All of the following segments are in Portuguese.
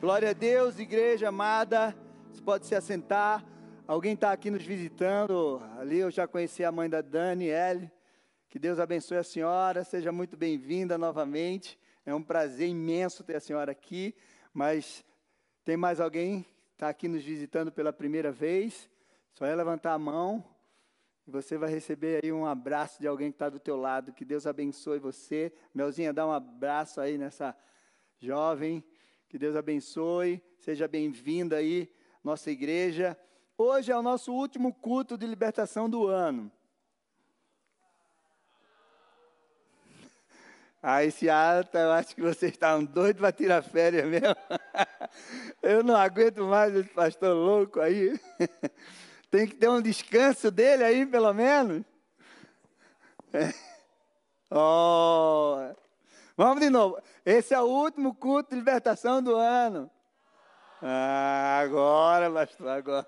Glória a Deus, igreja amada, você pode se assentar. Alguém está aqui nos visitando, ali eu já conheci a mãe da Daniele. Que Deus abençoe a senhora, seja muito bem-vinda novamente. É um prazer imenso ter a senhora aqui, mas tem mais alguém que está aqui nos visitando pela primeira vez? Só é levantar a mão e você vai receber aí um abraço de alguém que está do teu lado. Que Deus abençoe você. Melzinha, dá um abraço aí nessa jovem. Que Deus abençoe, seja bem-vinda aí, nossa igreja. Hoje é o nosso último culto de libertação do ano. Esse ato, eu acho que vocês estavam doidos para tirar férias mesmo. Eu não aguento mais esse pastor louco aí. Tem que ter um descanso dele aí, pelo menos. Oh, vamos de novo. Esse é o último culto de libertação do ano. Agora, pastor, agora.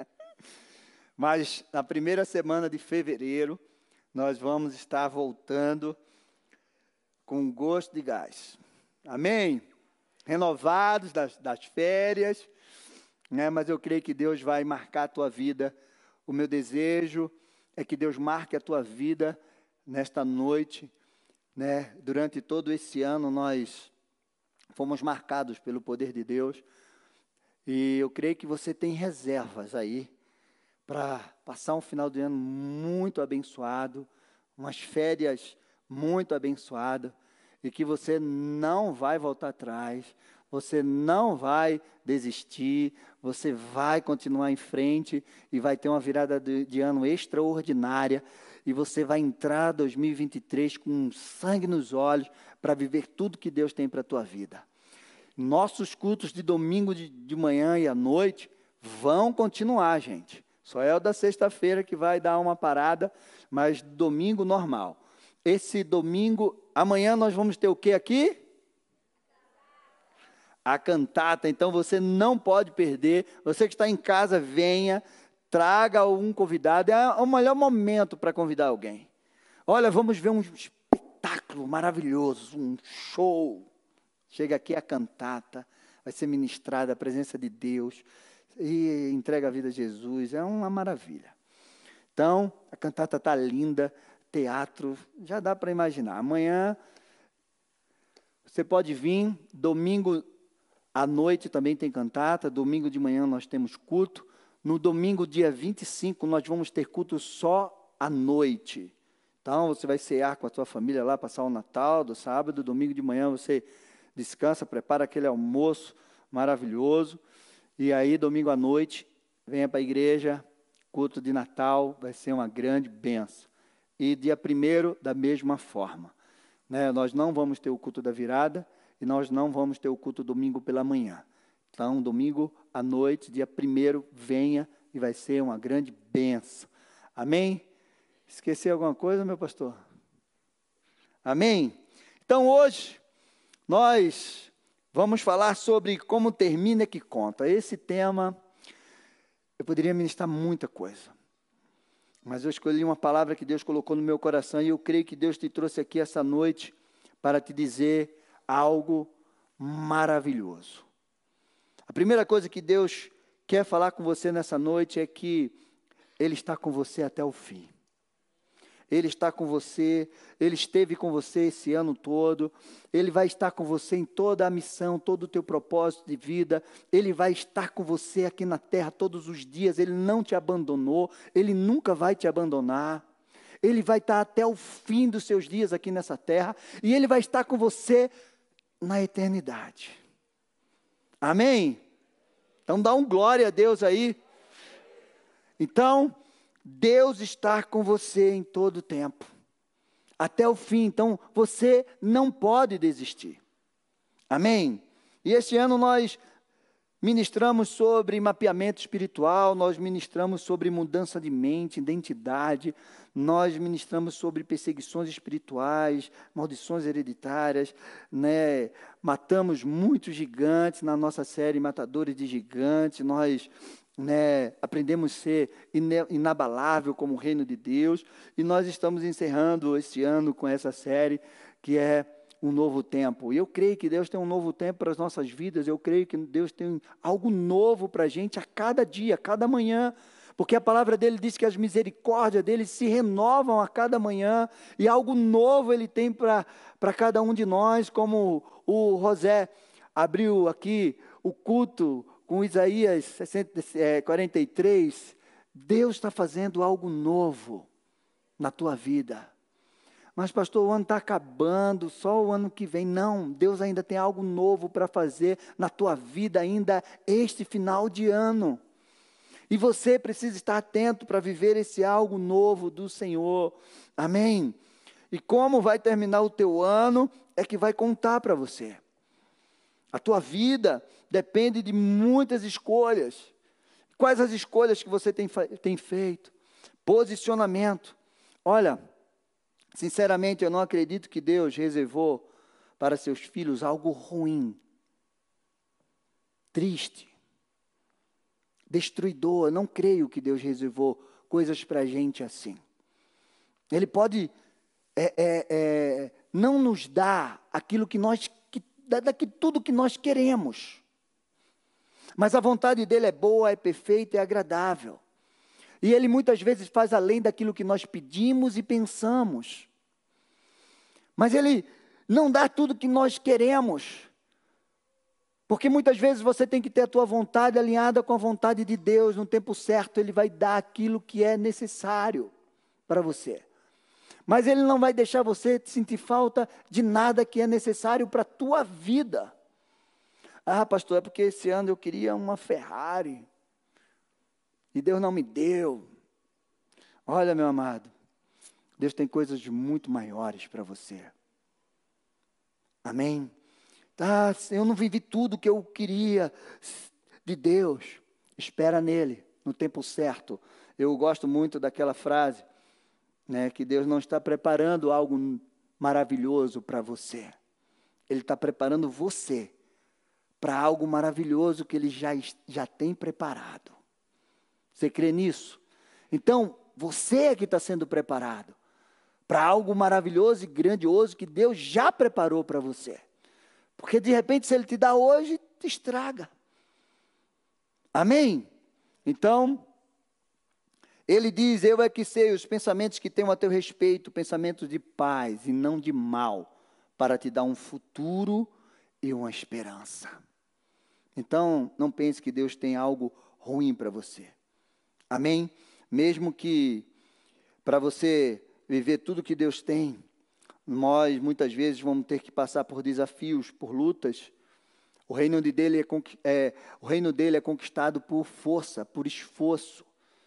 Mas na primeira semana de fevereiro, nós vamos estar voltando com gosto de gás. Amém? Renovados das férias, né? Mas eu creio que Deus vai marcar a tua vida. O meu desejo é que Deus marque a tua vida nesta noite, né? Durante todo esse ano nós fomos marcados pelo poder de Deus. E eu creio que você tem reservas aí para passar um final de ano muito abençoado, umas férias muito abençoadas, e que você não vai voltar atrás, você não vai desistir, você vai continuar em frente e vai ter uma virada de ano extraordinária, e você vai entrar 2023 com sangue nos olhos para viver tudo que Deus tem para a tua vida. Nossos cultos de domingo de manhã e à noite vão continuar, gente. Só é o da sexta-feira que vai dar uma parada, mas domingo normal. Esse domingo, amanhã nós vamos ter o que aqui? A cantata. Então você não pode perder. Você que está em casa, venha, traga um convidado. É o melhor momento para convidar alguém. Olha, vamos ver um espetáculo maravilhoso, um show. Chega aqui a cantata, vai ser ministrada a presença de Deus e entrega a vida a Jesus, é uma maravilha. Então, a cantata está linda, teatro, já dá para imaginar. Amanhã você pode vir, domingo à noite também tem cantata, domingo de manhã nós temos culto, no domingo dia 25 nós vamos ter culto só à noite. Então, você vai cear com a sua família lá, passar o Natal, do sábado, domingo de manhã você descansa, prepara aquele almoço maravilhoso. E aí, domingo à noite, venha para a igreja, culto de Natal, vai ser uma grande bênção. E dia 1º, da mesma forma. Né? Nós não vamos ter o culto da virada e nós não vamos ter o culto domingo pela manhã. Então, domingo à noite, dia 1º, venha e vai ser uma grande bênção. Amém? Esqueci alguma coisa, meu pastor? Amém? Então, hoje nós vamos falar sobre como termina que conta. Esse tema, eu poderia ministrar muita coisa, mas eu escolhi uma palavra que Deus colocou no meu coração e eu creio que Deus te trouxe aqui essa noite para te dizer algo maravilhoso. A primeira coisa que Deus quer falar com você nessa noite é que Ele está com você até o fim. Ele está com você, Ele esteve com você esse ano todo, Ele vai estar com você em toda a missão, todo o teu propósito de vida, Ele vai estar com você aqui na terra todos os dias, Ele não te abandonou, Ele nunca vai te abandonar, Ele vai estar até o fim dos seus dias aqui nessa terra, e Ele vai estar com você na eternidade. Amém? Então dá um glória a Deus aí. Então, Deus está com você em todo o tempo, até o fim. Então, você não pode desistir. Amém? E este ano nós ministramos sobre mapeamento espiritual, nós ministramos sobre mudança de mente, identidade, nós ministramos sobre perseguições espirituais, maldições hereditárias, né? Matamos muitos gigantes na nossa série Matadores de Gigantes, nós aprendemos a ser inabalável como o reino de Deus, e nós estamos encerrando este ano com essa série que é um novo tempo. E eu creio que Deus tem um novo tempo para as nossas vidas. Eu creio que Deus tem algo novo para a gente a cada dia, a cada manhã. Porque a palavra dele diz que as misericórdias dele se renovam a cada manhã. E algo novo ele tem para cada um de nós. Como o José abriu aqui o culto com Isaías 43. Deus está fazendo algo novo na tua vida. Mas pastor, o ano está acabando, só o ano que vem. Não, Deus ainda tem algo novo para fazer na tua vida ainda este final de ano. E você precisa estar atento para viver esse algo novo do Senhor. Amém? E como vai terminar o teu ano é que vai contar para você. A tua vida depende de muitas escolhas. Quais as escolhas que você tem feito? Posicionamento. Olha, sinceramente, eu não acredito que Deus reservou para seus filhos algo ruim, triste, destruidor. Eu não creio que Deus reservou coisas para a gente assim. Ele pode não nos dar aquilo que tudo que nós queremos. Mas a vontade dele é boa, é perfeita, é agradável. E ele muitas vezes faz além daquilo que nós pedimos e pensamos. Mas ele não dá tudo que nós queremos. Porque muitas vezes você tem que ter a tua vontade alinhada com a vontade de Deus. No tempo certo, ele vai dar aquilo que é necessário para você. Mas ele não vai deixar você sentir falta de nada que é necessário para a tua vida. Ah, pastor, é porque esse ano eu queria uma Ferrari. E Deus não me deu. Olha, meu amado, Deus tem coisas muito maiores para você. Amém? Tá, eu não vivi tudo que eu queria de Deus. Espera nele, no tempo certo. Eu gosto muito daquela frase, né, que Deus não está preparando algo maravilhoso para você. Ele está preparando você para algo maravilhoso que Ele já tem preparado. Você crê nisso? Então, você é que está sendo preparado para algo maravilhoso e grandioso que Deus já preparou para você. Porque de repente, se Ele te dá hoje, te estraga. Amém? Então, Ele diz, eu é que sei os pensamentos que tenho a teu respeito, pensamentos de paz e não de mal, para te dar um futuro e uma esperança. Então, não pense que Deus tem algo ruim para você. Amém? Mesmo que para você viver tudo que Deus tem, nós muitas vezes vamos ter que passar por desafios, por lutas. O reino dele é conquistado por força, por esforço.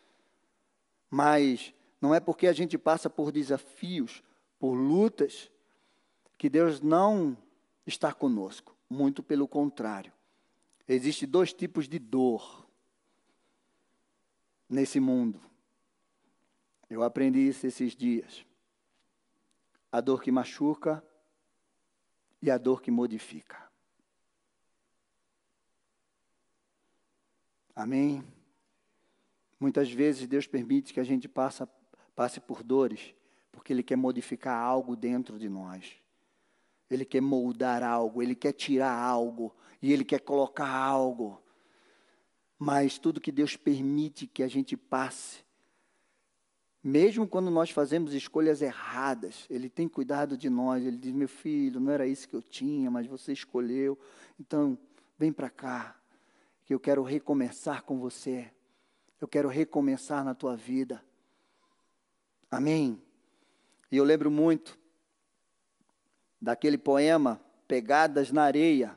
Mas não é porque a gente passa por desafios, por lutas, que Deus não está conosco. Muito pelo contrário. Existem dois tipos de dor nesse mundo. Eu aprendi isso esses dias. A dor que machuca e a dor que modifica. Amém? Muitas vezes Deus permite que a gente passe por dores, porque Ele quer modificar algo dentro de nós. Ele quer moldar algo, Ele quer tirar algo, e Ele quer colocar algo. Mas tudo que Deus permite que a gente passe, mesmo quando nós fazemos escolhas erradas, Ele tem cuidado de nós. Ele diz, meu filho, não era isso que eu tinha, mas você escolheu. Então, vem para cá, que eu quero recomeçar com você. Eu quero recomeçar na tua vida. Amém? E eu lembro muito daquele poema, Pegadas na Areia.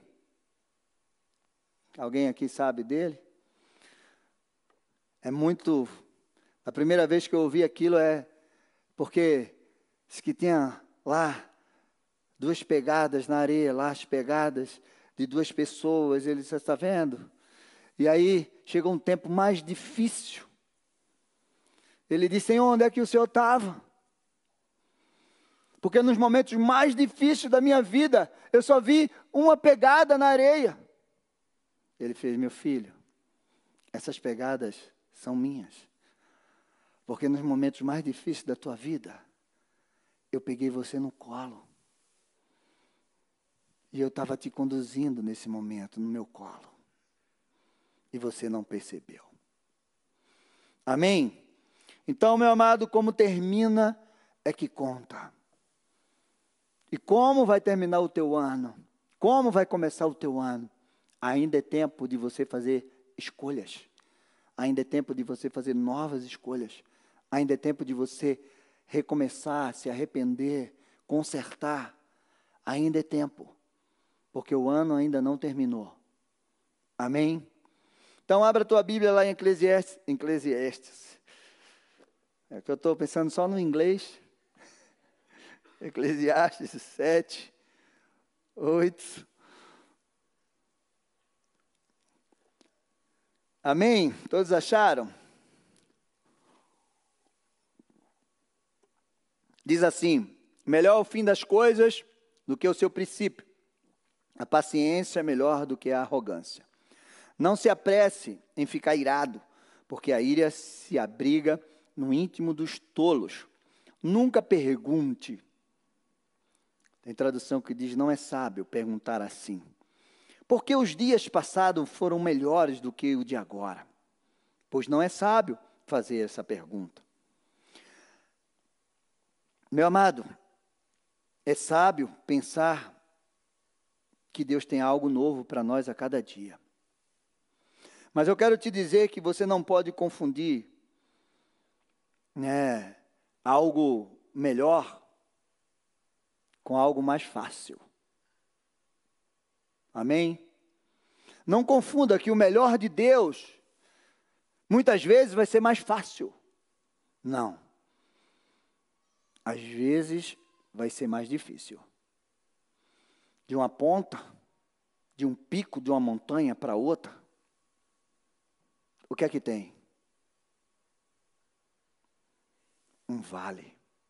Alguém aqui sabe dele? É muito... A primeira vez que eu ouvi aquilo é porque diz que tinha lá duas pegadas na areia, lá as pegadas de duas pessoas. Ele disse, está vendo? E aí chegou um tempo mais difícil. Ele disse, em onde é que o Senhor estava? Porque nos momentos mais difíceis da minha vida, eu só vi uma pegada na areia. Ele fez, meu filho, essas pegadas são minhas. Porque nos momentos mais difíceis da tua vida, eu peguei você no colo. E eu estava te conduzindo nesse momento, no meu colo. E você não percebeu. Amém? Então, meu amado, como termina é que conta. E como vai terminar o teu ano? Como vai começar o teu ano? Ainda é tempo de você fazer escolhas. Ainda é tempo de você fazer novas escolhas. Ainda é tempo de você recomeçar, se arrepender, consertar. Ainda é tempo. Porque o ano ainda não terminou. Amém? Então, abra a tua Bíblia lá em Eclesiastes. É que eu estou pensando só no inglês. Eclesiastes 7, 8. Amém? Todos acharam? Diz assim: melhor o fim das coisas do que o seu princípio. A paciência é melhor do que a arrogância. Não se apresse em ficar irado, porque a ira se abriga no íntimo dos tolos. Nunca pergunte. Tem tradução que diz: não é sábio perguntar assim. Porque os dias passados foram melhores do que o de agora? Pois não é sábio fazer essa pergunta. Meu amado, é sábio pensar que Deus tem algo novo para nós a cada dia. Mas eu quero te dizer que você não pode confundir, algo melhor com algo mais fácil. Amém? Não confunda que o melhor de Deus muitas vezes vai ser mais fácil. Não. Às vezes vai ser mais difícil. De uma ponta, de um pico de uma montanha para outra, o que é que tem? Um vale.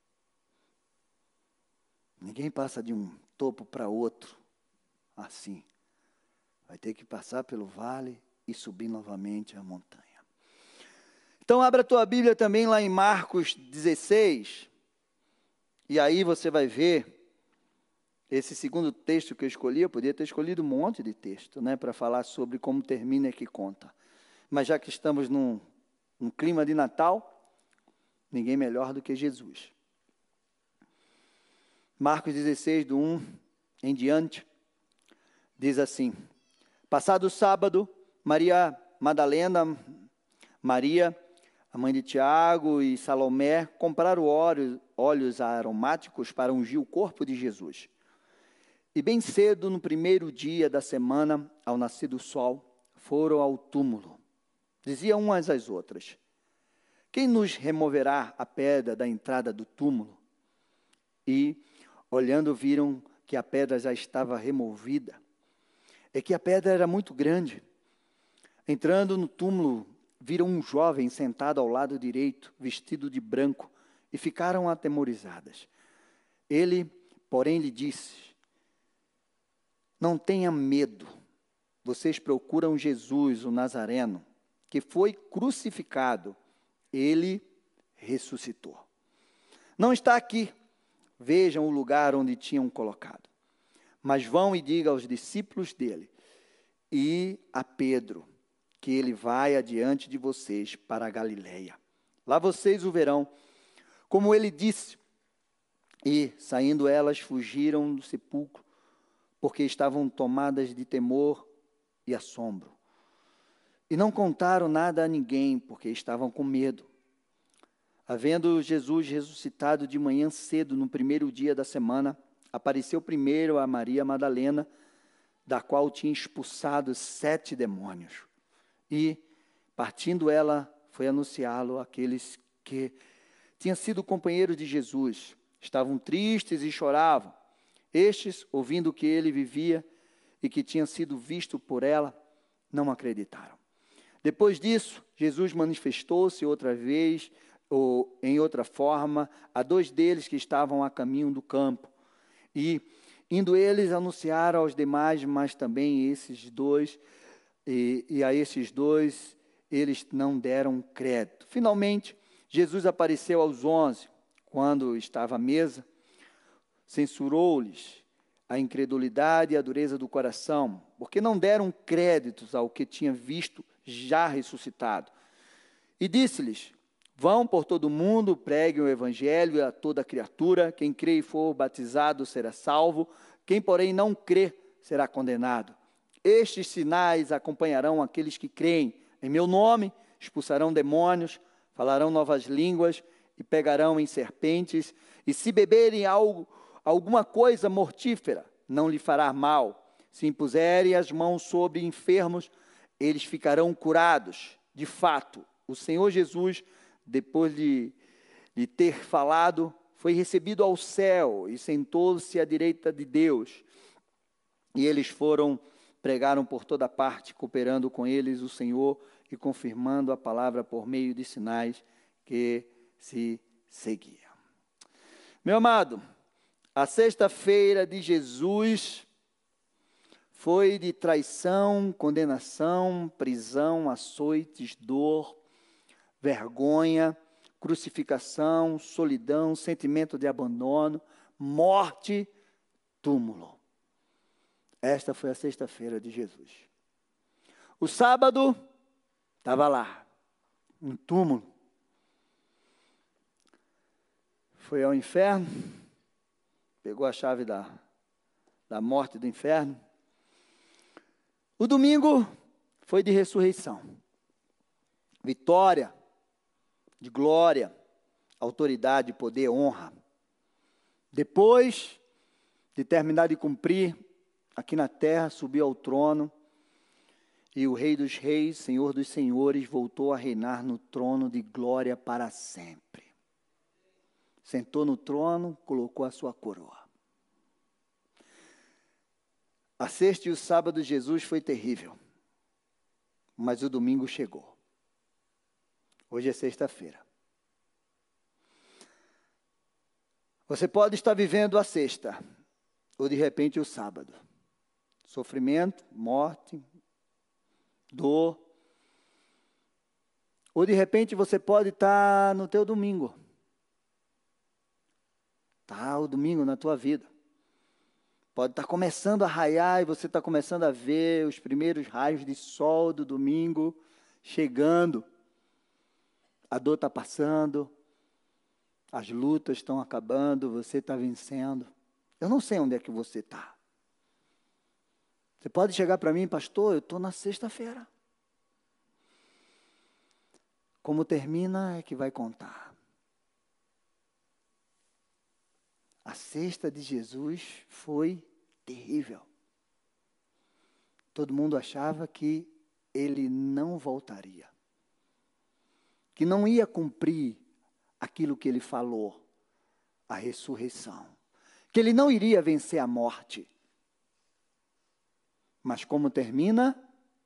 Ninguém passa de um topo para outro assim. Vai ter que passar pelo vale e subir novamente a montanha. Então, abra a tua Bíblia também lá em Marcos 16. E aí você vai ver esse segundo texto que eu escolhi. Eu podia ter escolhido um monte de texto, para falar sobre como termina e que conta. Mas já que estamos num clima de Natal, ninguém melhor do que Jesus. Marcos 16, do 1 em diante, diz assim: passado o sábado, Maria Madalena, Maria, a mãe de Tiago e Salomé, compraram óleos aromáticos para ungir o corpo de Jesus. E bem cedo, no primeiro dia da semana, ao nascer do sol, foram ao túmulo. Diziam umas às outras: quem nos removerá a pedra da entrada do túmulo? E, olhando, viram que a pedra já estava removida. É que a pedra era muito grande. Entrando no túmulo, viram um jovem sentado ao lado direito, vestido de branco, e ficaram atemorizadas. Ele, porém, lhe disse: não tenha medo. Vocês procuram Jesus, o Nazareno, que foi crucificado. Ele ressuscitou. Não está aqui. Vejam o lugar onde tinham colocado. Mas vão e digam aos discípulos dele e a Pedro que ele vai adiante de vocês para a Galileia. Lá vocês o verão, como ele disse. E, saindo elas, fugiram do sepulcro, porque estavam tomadas de temor e assombro. E não contaram nada a ninguém, porque estavam com medo. Havendo Jesus ressuscitado de manhã cedo, no primeiro dia da semana, apareceu primeiro a Maria Madalena, da qual tinha expulsado 7 demônios. E, partindo ela, foi anunciá-lo àqueles que tinham sido companheiros de Jesus. Estavam tristes e choravam. Estes, ouvindo que ele vivia e que tinha sido visto por ela, não acreditaram. Depois disso, Jesus manifestou-se outra vez, ou em outra forma, a 2 deles que estavam a caminho do campo. E, indo eles, anunciaram aos demais, mas também esses 2, e a esses 2, eles não deram crédito. Finalmente, Jesus apareceu aos 11, quando estava à mesa, censurou-lhes a incredulidade e a dureza do coração, porque não deram créditos ao que tinha visto já ressuscitado. E disse-lhes: vão por todo o mundo, preguem o evangelho a toda criatura, quem crê e for batizado será salvo, quem porém não crê será condenado. Estes sinais acompanharão aqueles que creem. Em meu nome expulsarão demônios, falarão novas línguas e pegarão em serpentes, e se beberem alguma coisa mortífera, não lhe fará mal. Se impuserem as mãos sobre enfermos, eles ficarão curados. De fato, o Senhor Jesus, depois de ter falado, foi recebido ao céu e sentou-se à direita de Deus. E eles pregaram por toda parte, cooperando com eles o Senhor e confirmando a palavra por meio de sinais que se seguiam. Meu amado, a sexta-feira de Jesus foi de traição, condenação, prisão, açoites, dor, vergonha, crucificação, solidão, sentimento de abandono, morte, túmulo. Esta foi a sexta-feira de Jesus. O sábado estava lá, um túmulo. Foi ao inferno, pegou a chave da morte do inferno. O domingo foi de ressurreição, vitória, de glória, autoridade, poder, honra. Depois de terminar de cumprir, aqui na terra, subiu ao trono, e o Rei dos Reis, Senhor dos Senhores, voltou a reinar no trono de glória para sempre. Sentou no trono, colocou a sua coroa. A sexta e o sábado de Jesus foi terrível, mas o domingo chegou. Hoje é sexta-feira. Você pode estar vivendo a sexta, ou de repente o sábado. Sofrimento, morte, dor. Ou de repente você pode estar no teu domingo. Está o domingo na tua vida. Pode estar começando a raiar e você está começando a ver os primeiros raios de sol do domingo chegando. A dor está passando, as lutas estão acabando, você está vencendo. Eu não sei onde é que você está. Você pode chegar para mim, pastor, eu estou na sexta-feira. Como termina é que vai contar. A sexta de Jesus foi terrível. Todo mundo achava que ele não voltaria. Que não ia cumprir aquilo que ele falou, a ressurreição. Que ele não iria vencer a morte. Mas como termina,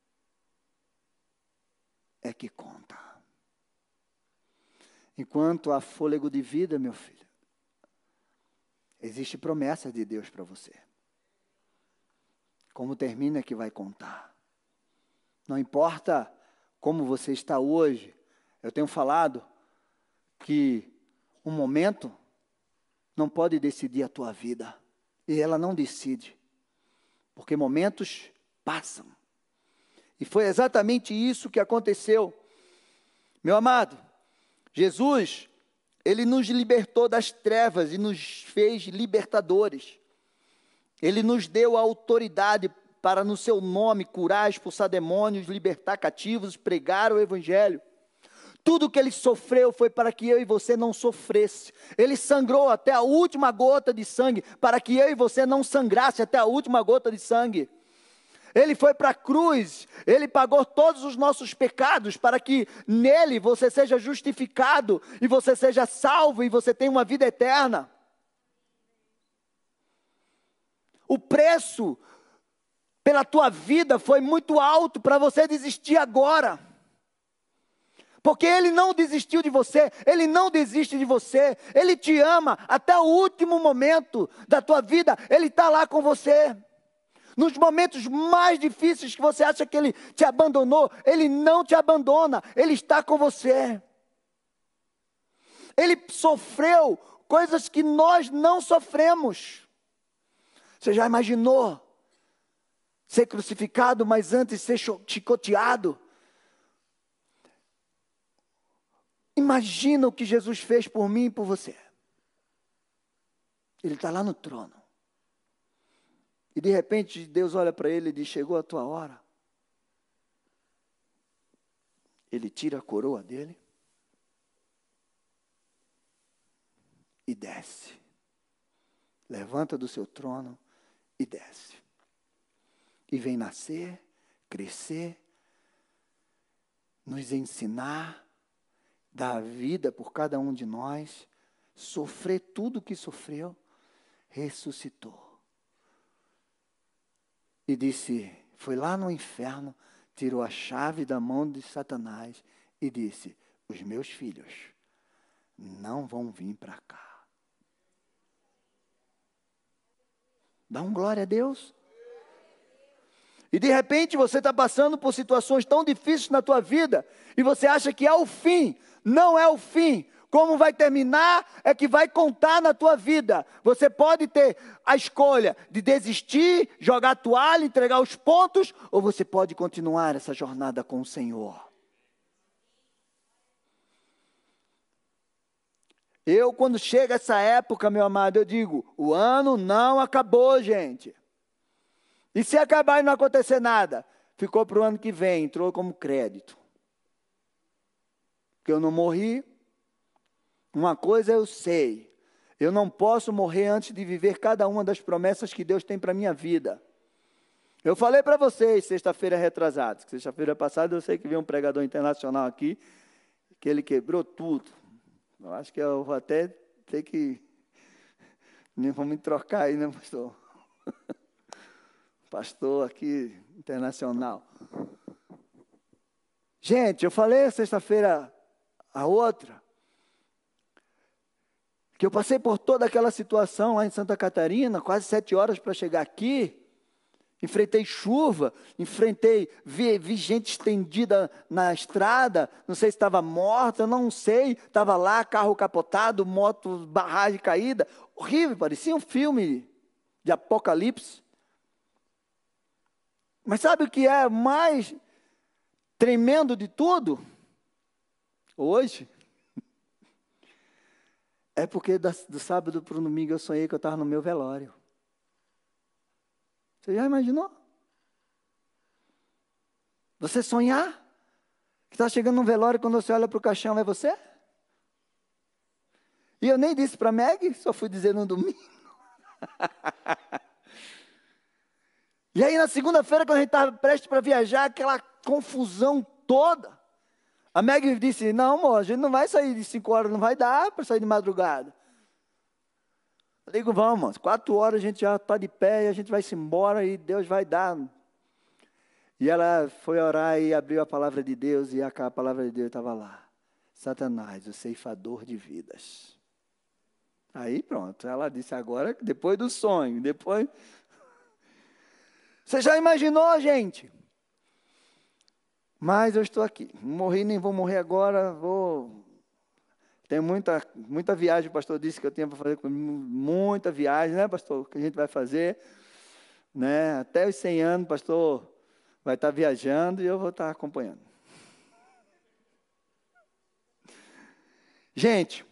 é que conta. Enquanto há fôlego de vida, meu filho, existe promessa de Deus para você. Como termina é que vai contar. Não importa como você está hoje. Eu tenho falado que um momento não pode decidir a tua vida. E ela não decide. Porque momentos passam. E foi exatamente isso que aconteceu. Meu amado, Jesus, ele nos libertou das trevas e nos fez libertadores. Ele nos deu a autoridade para, no seu nome, curar, expulsar demônios, libertar cativos, pregar o evangelho. Tudo que ele sofreu foi para que eu e você não sofresse. Ele sangrou até a última gota de sangue, para que eu e você não sangrasse até a última gota de sangue. Ele foi para a cruz, ele pagou todos os nossos pecados, para que nele você seja justificado, e você seja salvo, e você tenha uma vida eterna. O preço pela tua vida foi muito alto para você desistir agora. Porque ele não desistiu de você, ele não desiste de você, ele te ama até o último momento da tua vida, ele está lá com você. Nos momentos mais difíceis que você acha que ele te abandonou, ele não te abandona, ele está com você. Ele sofreu coisas que nós não sofremos. Você já imaginou ser crucificado, mas antes ser chicoteado? Imagina o que Jesus fez por mim e por você. Ele está lá no trono. E de repente Deus olha para ele e diz: chegou a tua hora. Ele tira a coroa dele e desce. Levanta do seu trono e desce. E vem nascer, crescer, nos ensinar, dar vida por cada um de nós, sofrer tudo o que sofreu, ressuscitou. E disse, foi lá no inferno, tirou a chave da mão de Satanás e disse: os meus filhos não vão vir para cá. Dá um glória a Deus. E de repente você está passando por situações tão difíceis na tua vida, e você acha que é o fim. Não é o fim. Como vai terminar é que vai contar na tua vida. Você pode ter a escolha de desistir, jogar a toalha, entregar os pontos, ou você pode continuar essa jornada com o Senhor. Eu, quando chega essa época, meu amado, eu digo, o ano não acabou, gente. E se acabar e não acontecer nada, ficou para o ano que vem, entrou como crédito. Porque eu não morri. Uma coisa eu sei, eu não posso morrer antes de viver cada uma das promessas que Deus tem para a minha vida. Eu falei para vocês, sexta-feira retrasada, sexta-feira passada eu sei que veio um pregador internacional aqui, que ele quebrou tudo. Eu acho que eu vou até ter que, vamos me trocar aí, né, pastor? Pastor aqui, internacional. Gente, eu falei sexta-feira a outra, que eu passei por toda aquela situação lá em Santa Catarina, quase 7 horas para chegar aqui. Enfrentei chuva, vi gente estendida na estrada, não sei se estava morta, não sei, estava lá, carro capotado, moto, barragem caída, horrível, parecia um filme de apocalipse. Mas sabe o que é mais tremendo de tudo? Hoje, é porque do sábado para o domingo eu sonhei que eu estava no meu velório. Você já imaginou? Você sonhar que está chegando num velório e quando você olha para o caixão é você? E eu nem disse para a Meg, só fui dizer no domingo. E aí na segunda-feira, quando a gente estava prestes para viajar, aquela confusão toda. A Meg disse, não, amor, a gente não vai sair de 5 horas, não vai dar para sair de madrugada. Eu digo, vamos, 4 horas a gente já está de pé e a gente vai se embora e Deus vai dar. E ela foi orar e abriu a palavra de Deus e a palavra de Deus estava lá. Satanás, o ceifador de vidas. Aí pronto, ela disse agora, depois do sonho, depois... Você já imaginou, gente? Mas eu estou aqui, não morri nem vou morrer agora, Tem muita viagem, o pastor disse que eu tinha para fazer, muita viagem, né, pastor, que a gente vai fazer, né, até os 100 anos, pastor vai estar viajando e eu vou estar acompanhando. Gente,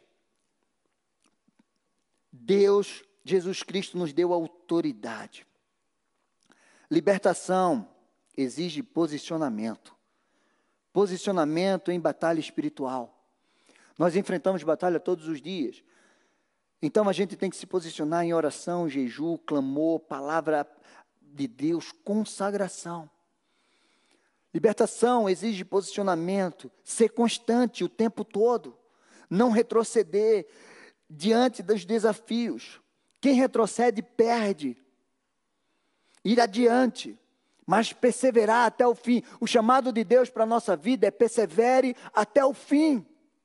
Deus, Jesus Cristo nos deu autoridade. Libertação exige posicionamento. Posicionamento em batalha espiritual. Nós enfrentamos batalha todos os dias. Então a gente tem que se posicionar em oração, jejum, clamor, palavra de Deus, consagração. Libertação exige posicionamento, ser constante o tempo todo, não retroceder diante dos desafios. Quem retrocede perde. Ir adiante, mas perseverar até o fim. O chamado de Deus para a nossa vida é persevere até o fim.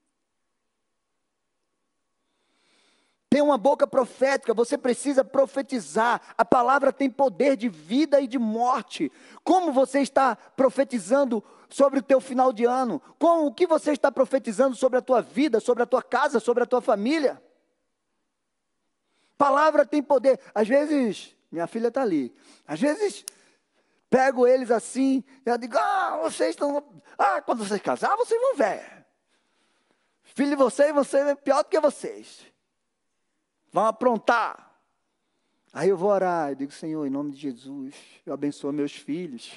Tem uma boca profética, você precisa profetizar. A palavra tem poder de vida e de morte. Como você está profetizando sobre o teu final de ano? O que você está profetizando sobre a tua vida, sobre a tua casa, sobre a tua família? Palavra tem poder. Às vezes, minha filha está ali. Às vezes, pego eles assim, e eu digo, vocês estão... quando vocês casar, vocês vão ver. Filho de vocês é pior do que vocês. Vão aprontar. Aí eu vou orar, eu digo, Senhor, em nome de Jesus, eu abençoo meus filhos.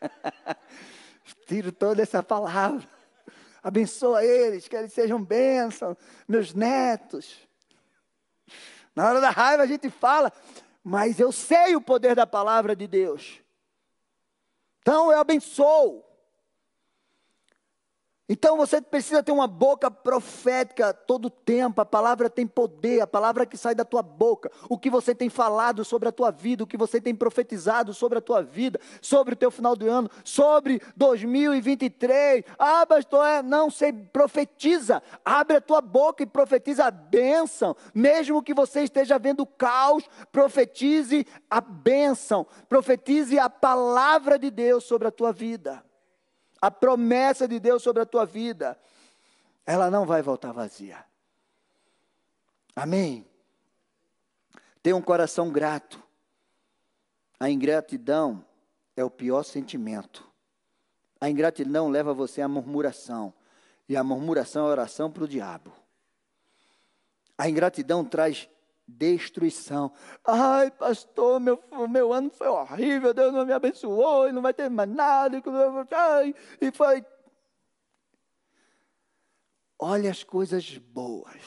Tiro toda essa palavra. Abençoa eles, que eles sejam bênçãos, meus netos. Na hora da raiva a gente fala, mas eu sei o poder da palavra de Deus. Então eu abençoo. Então você precisa ter uma boca profética todo o tempo. A palavra tem poder, a palavra que sai da tua boca. O que você tem falado sobre a tua vida, o que você tem profetizado sobre a tua vida, sobre o teu final do ano, sobre 2023. Pastor, não sei, profetiza. Abre a tua boca e profetiza a bênção. Mesmo que você esteja vendo caos, profetize a bênção. Profetize a palavra de Deus sobre a tua vida. A promessa de Deus sobre a tua vida, ela não vai voltar vazia. Amém? Tenha um coração grato. A ingratidão é o pior sentimento. A ingratidão leva você à murmuração. E a murmuração é oração para o diabo. A ingratidão traz destruição. Pastor, meu ano foi horrível, Deus não me abençoou, e não vai ter mais nada, e foi... Olha as coisas boas.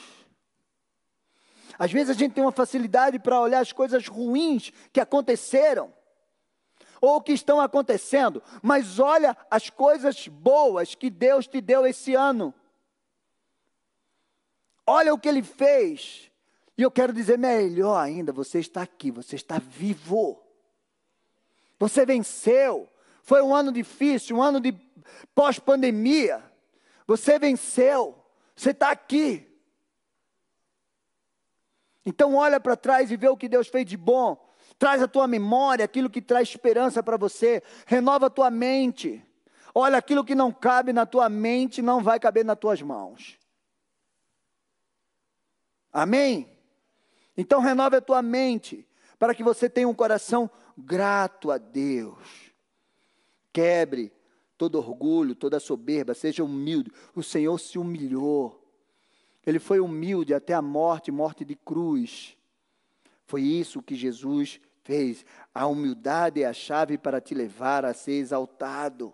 Às vezes a gente tem uma facilidade para olhar as coisas ruins que aconteceram, ou que estão acontecendo, mas olha as coisas boas que Deus te deu esse ano. Olha o que Ele fez. E eu quero dizer melhor ainda, você está aqui, você está vivo. Você venceu. Foi um ano difícil, um ano de pós-pandemia. Você venceu. Você está aqui. Então olha para trás e vê o que Deus fez de bom. Traz à tua memória aquilo que traz esperança para você. Renova a tua mente. Olha, aquilo que não cabe na tua mente não vai caber nas tuas mãos. Amém? Então renove a tua mente, para que você tenha um coração grato a Deus. Quebre todo orgulho, toda soberba, seja humilde. O Senhor se humilhou. Ele foi humilde até a morte, morte de cruz. Foi isso que Jesus fez. A humildade é a chave para te levar a ser exaltado.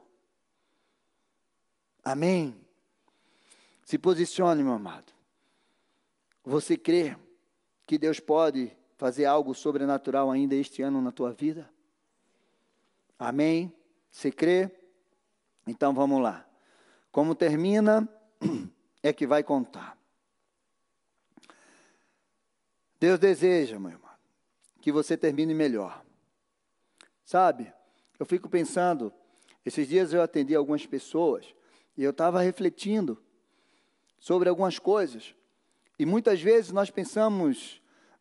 Amém? Se posicione, meu amado. Você crê que Deus pode fazer algo sobrenatural ainda este ano na tua vida? Amém? Você crê? Então vamos lá. Como termina, é que vai contar. Deus deseja, meu irmão, que você termine melhor. Sabe, eu fico pensando, esses dias eu atendi algumas pessoas, e eu estava refletindo sobre algumas coisas. E muitas vezes nós pensamos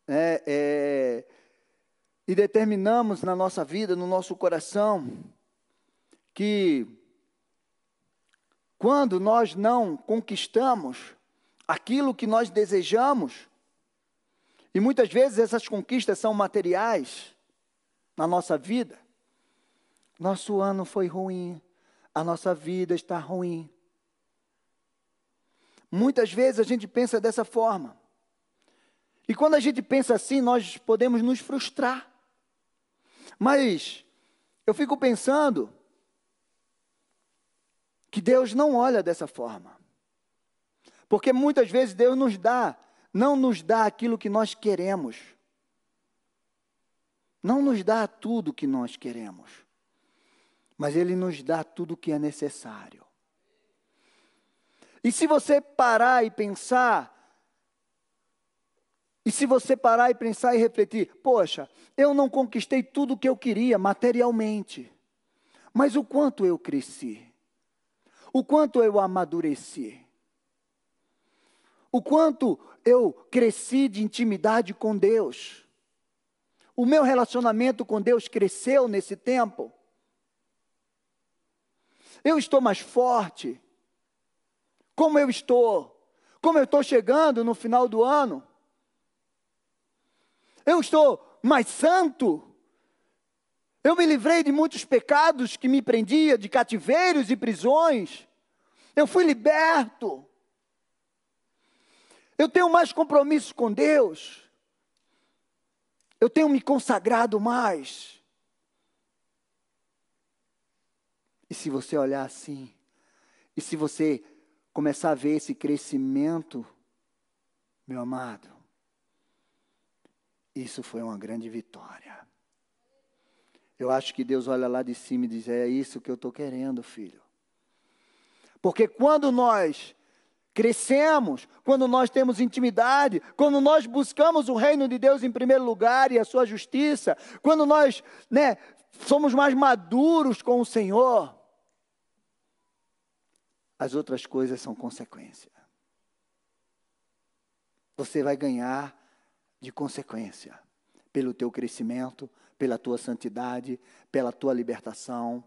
e determinamos na nossa vida, no nosso coração, que quando nós não conquistamos aquilo que nós desejamos, e muitas vezes essas conquistas são materiais na nossa vida, nosso ano foi ruim, a nossa vida está ruim. Muitas vezes a gente pensa dessa forma. E quando a gente pensa assim, nós podemos nos frustrar. Mas eu fico pensando que Deus não olha dessa forma. Porque muitas vezes Deus não nos dá aquilo que nós queremos. Não nos dá tudo o que nós queremos. Mas Ele nos dá tudo o que é necessário. E se você parar e pensar, e refletir, poxa, eu não conquistei tudo o que eu queria materialmente, mas o quanto eu cresci, o quanto eu amadureci, o quanto eu cresci de intimidade com Deus, o meu relacionamento com Deus cresceu nesse tempo, eu estou mais forte. Como eu estou chegando no final do ano, eu estou mais santo Eu me livrei de muitos pecados que me prendiam, de cativeiros e prisões. Eu fui liberto. Eu tenho mais compromisso com Deus. Eu tenho me consagrado mais. E se você olhar assim, e se você começar a ver esse crescimento, meu amado, isso foi uma grande vitória. Eu acho que Deus olha lá de cima e diz, é isso que eu estou querendo, filho. Porque quando nós crescemos, quando nós temos intimidade, quando nós buscamos o reino de Deus em primeiro lugar e a sua justiça, quando nós, somos mais maduros com o Senhor, as outras coisas são consequência. Você vai ganhar de consequência, pelo teu crescimento, pela tua santidade, pela tua libertação,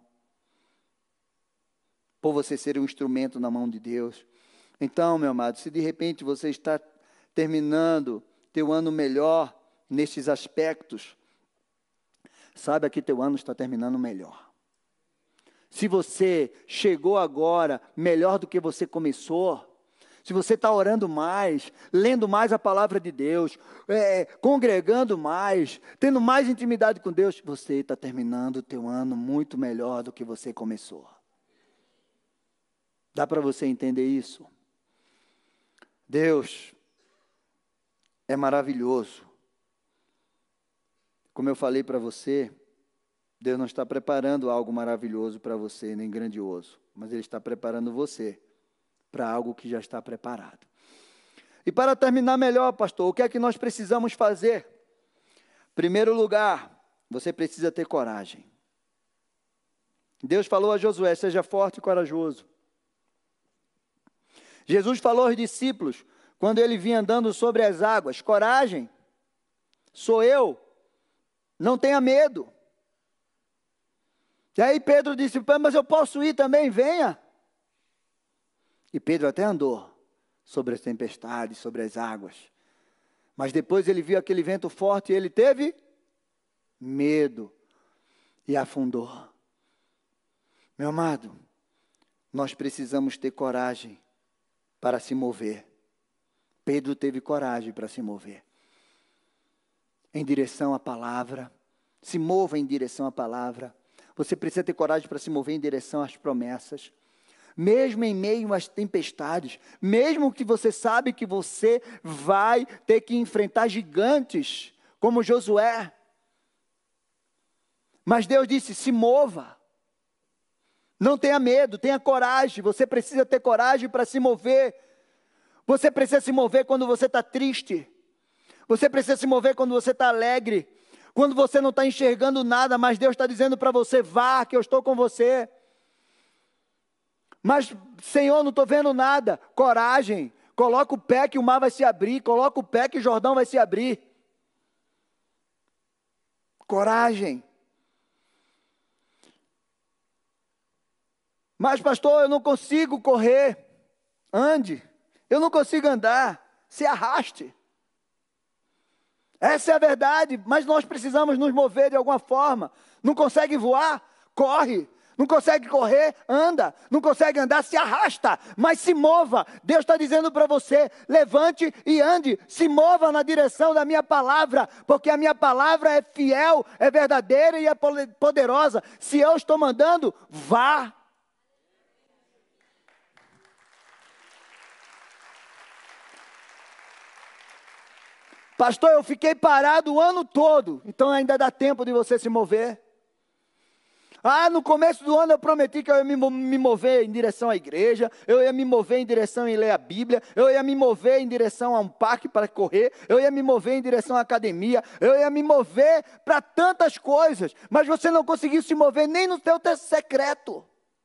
por você ser um instrumento na mão de Deus. Então, meu amado, se de repente você está terminando teu ano melhor nestes aspectos, saiba que teu ano está terminando melhor. Se você chegou agora melhor do que você começou, se você está orando mais, lendo mais a palavra de Deus, congregando mais, tendo mais intimidade com Deus, você está terminando o teu ano muito melhor do que você começou. Dá para você entender isso? Deus é maravilhoso. Como eu falei para você, Deus não está preparando algo maravilhoso para você, nem grandioso, mas Ele está preparando você para algo que já está preparado. E para terminar melhor, pastor, o que é que nós precisamos fazer? Primeiro lugar, você precisa ter coragem. Deus falou a Josué, seja forte e corajoso. Jesus falou aos discípulos, quando ele vinha andando sobre as águas, coragem, sou eu, não tenha medo. E aí Pedro disse, mas eu posso ir também, venha. E Pedro até andou sobre as tempestades, sobre as águas. Mas depois ele viu aquele vento forte e ele teve medo e afundou. Meu amado, nós precisamos ter coragem para se mover. Pedro teve coragem para se mover. Em direção à palavra. Se mova em direção à palavra. Você precisa ter coragem para se mover em direção às promessas. Mesmo em meio às tempestades, mesmo que você sabe que você vai ter que enfrentar gigantes, como Josué. Mas Deus disse, se mova. Não tenha medo, tenha coragem. Você precisa ter coragem para se mover. Você precisa se mover quando você está triste. Você precisa se mover quando você está alegre. Quando você não está enxergando nada, mas Deus está dizendo para você, vá, que eu estou com você. Mas, Senhor, não estou vendo nada. Coragem. Coloca o pé que o mar vai se abrir. Coloca o pé que o Jordão vai se abrir. Coragem. Mas, pastor, eu não consigo correr. Ande. Eu não consigo andar. Se arraste. Essa é a verdade, mas nós precisamos nos mover de alguma forma. Não consegue voar? Corre. Não consegue correr? Anda. Não consegue andar? Se arrasta, mas se mova. Deus está dizendo para você, levante e ande. Se mova na direção da minha palavra, porque a minha palavra é fiel, é verdadeira e é poderosa. Se eu estou mandando, vá. Pastor, eu fiquei parado o ano todo, então ainda dá tempo de você se mover. No começo do ano eu prometi que eu ia me mover em direção à igreja, eu ia me mover em direção a ler a Bíblia, eu ia me mover em direção a um parque para correr, eu ia me mover em direção à academia, eu ia me mover para tantas coisas, mas você não conseguiu se mover nem no seu texto secreto.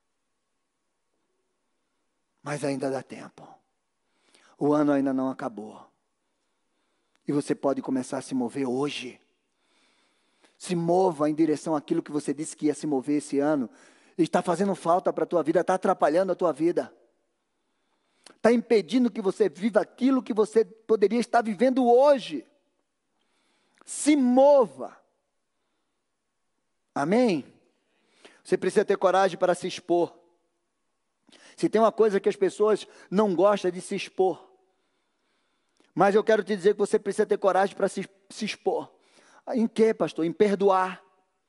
Mas ainda dá tempo. O ano ainda não acabou. E você pode começar a se mover hoje. Se mova em direção àquilo que você disse que ia se mover esse ano. Está fazendo falta para a tua vida, está atrapalhando a tua vida. Está impedindo que você viva aquilo que você poderia estar vivendo hoje. Se mova. Amém? Você precisa ter coragem para se expor. Se tem uma coisa que as pessoas não gostam de se expor. Mas eu quero te dizer que você precisa ter coragem para se expor. Em quê, pastor? Em perdoar.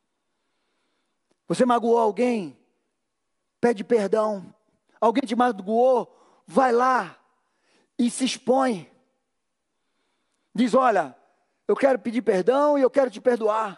Você magoou alguém? Pede perdão. Alguém te magoou? Vai lá e se expõe. Diz, olha, eu quero pedir perdão e eu quero te perdoar.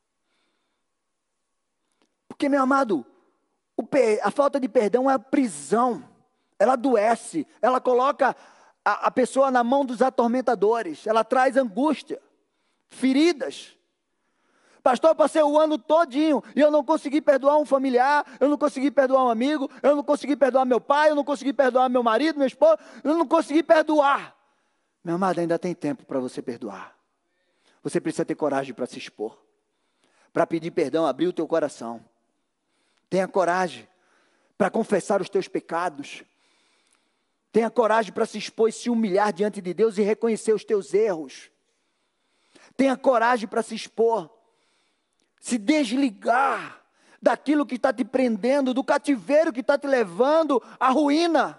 Porque, meu amado, a falta de perdão é a prisão. Ela adoece, ela coloca a pessoa na mão dos atormentadores. Ela traz angústia, feridas. Pastor, eu passei o ano todinho e eu não consegui perdoar um familiar, eu não consegui perdoar um amigo, eu não consegui perdoar meu pai, eu não consegui perdoar meu marido, meu esposo, eu não consegui perdoar. Meu amado, ainda tem tempo para você perdoar. Você precisa ter coragem para se expor, para pedir perdão, abrir o teu coração. Tenha coragem para confessar os teus pecados. Tenha coragem para se expor e se humilhar diante de Deus e reconhecer os teus erros. Tenha coragem para se expor. Se desligar daquilo que está te prendendo, do cativeiro que está te levando à ruína.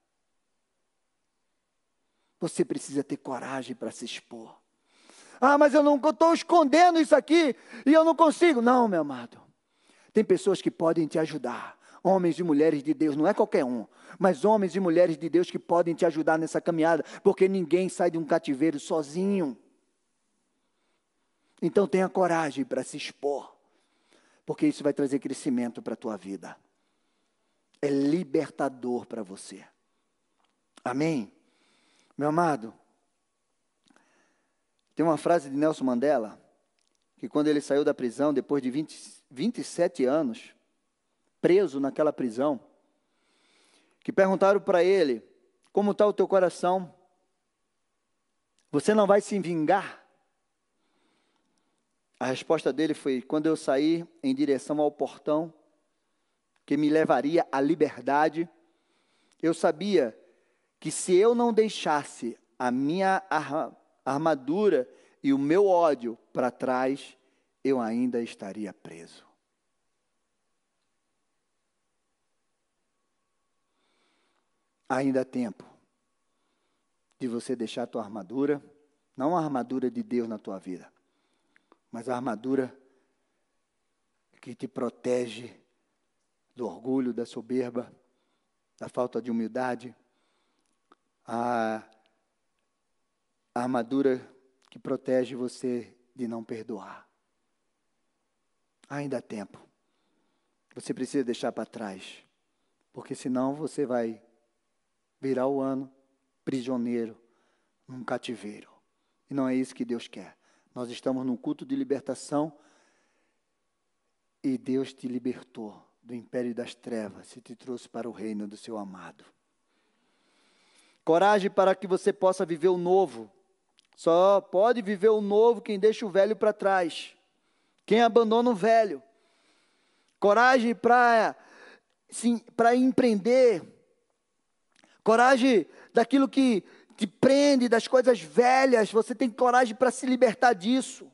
Você precisa ter coragem para se expor. Ah, mas eu estou escondendo isso aqui e eu não consigo. Não, meu amado. Tem pessoas que podem te ajudar. Homens e mulheres de Deus, não é qualquer um. Mas homens e mulheres de Deus que podem te ajudar nessa caminhada. Porque ninguém sai de um cativeiro sozinho. Então tenha coragem para se expor. Porque isso vai trazer crescimento para a tua vida. É libertador para você. Amém? Meu amado, tem uma frase de Nelson Mandela, que quando ele saiu da prisão, depois de 27 anos, preso naquela prisão, que perguntaram para ele, como está o teu coração? Você não vai se vingar? A resposta dele foi, quando eu saí em direção ao portão, que me levaria à liberdade, eu sabia que se eu não deixasse a minha armadura e o meu ódio para trás, eu ainda estaria preso. Ainda há tempo de você deixar a tua armadura, não a armadura de Deus na tua vida, mas a armadura que te protege do orgulho, da soberba, da falta de humildade, a armadura que protege você de não perdoar. Ainda há tempo. Você precisa deixar para trás, porque senão você vai virar o ano prisioneiro num cativeiro. E não é isso que Deus quer. Nós estamos num culto de libertação e Deus te libertou do império das trevas e te trouxe para o reino do seu amado. Coragem para que você possa viver o novo. Só pode viver o novo quem deixa o velho para trás. Quem abandona o velho. Coragem para empreender. Coragem daquilo que te prende, das coisas velhas. Você tem coragem para se libertar disso.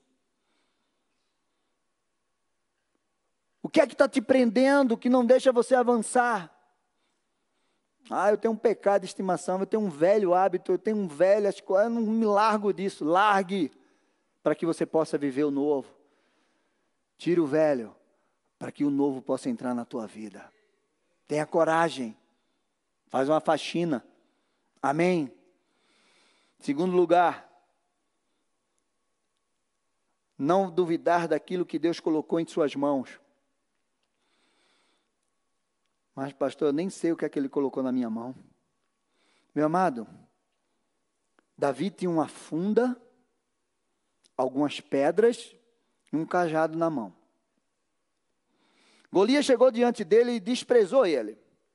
O que é que está te prendendo, que não deixa você avançar? Ah, eu tenho um pecado de estimação, eu tenho um velho hábito, eu tenho um velho, eu não me largo disso. Largue, para que você possa viver o novo. Tire o velho, para que o novo possa entrar na tua vida. Tenha coragem. Faz uma faxina. Amém? Segundo lugar, não duvidar daquilo que Deus colocou em suas mãos. Mas, pastor, eu nem sei o que é que ele colocou na minha mão. Meu amado, Davi tinha uma funda, algumas pedras e um cajado na mão. Golias chegou diante dele e desprezou ele.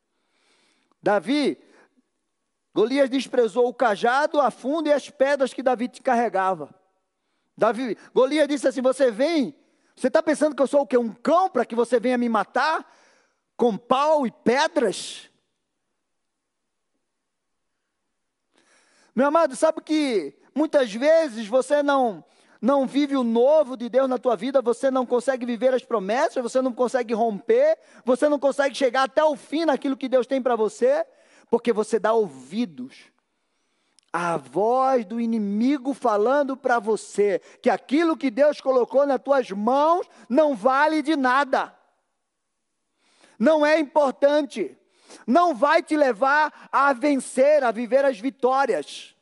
Golias desprezou o cajado, a funda e as pedras que Davi te carregava. Golias disse assim, você está pensando que eu sou o quê? Um cão para que você venha me matar? Com pau e pedras? Meu amado, sabe que muitas vezes você não não vive o novo de Deus na tua vida, você não consegue viver as promessas, você não consegue romper, você não consegue chegar até o fim naquilo que Deus tem para você, porque você dá ouvidos à voz do inimigo falando para você que aquilo que Deus colocou nas tuas mãos não vale de nada, não é importante, não vai te levar a vencer, a viver as vitórias.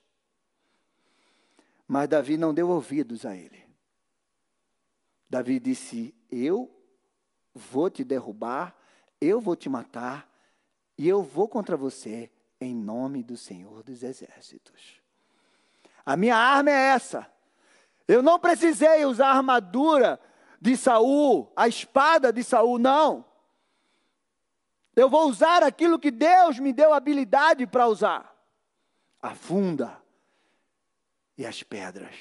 Mas Davi não deu ouvidos a ele. Davi disse: eu vou te derrubar, eu vou te matar, e eu vou contra você, em nome do Senhor dos Exércitos. A minha arma é essa. Eu não precisei usar a armadura de Saul, a espada de Saul, não. Eu vou usar aquilo que Deus me deu habilidade para usar. A funda e as pedras.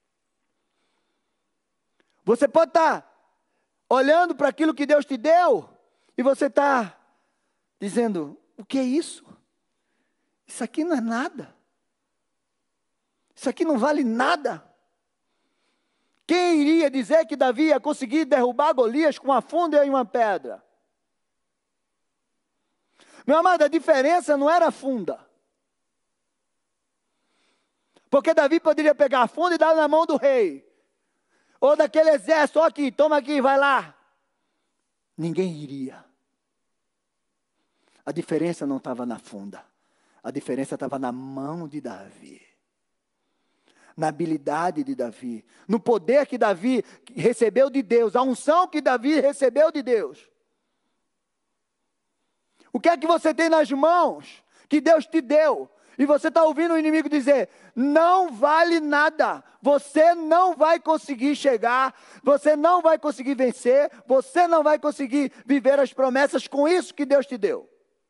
Você pode estar olhando para aquilo que Deus te deu e você está dizendo: o que é isso? Isso aqui não é nada. Isso aqui não vale nada. Quem iria dizer que Davi ia conseguir derrubar Golias com uma funda e uma pedra? Meu amado, a diferença não era a funda. Porque Davi poderia pegar a funda e dar na mão do rei. Ou daquele exército: ó aqui, toma aqui, vai lá. Ninguém iria. A diferença não estava na funda. A diferença estava na mão de Davi. Na habilidade de Davi. No poder que Davi recebeu de Deus. A unção que Davi recebeu de Deus. O que é que você tem nas mãos que Deus te deu? E você está ouvindo o inimigo dizer: não vale nada, você não vai conseguir chegar, você não vai conseguir vencer, você não vai conseguir viver as promessas com isso que Deus te deu.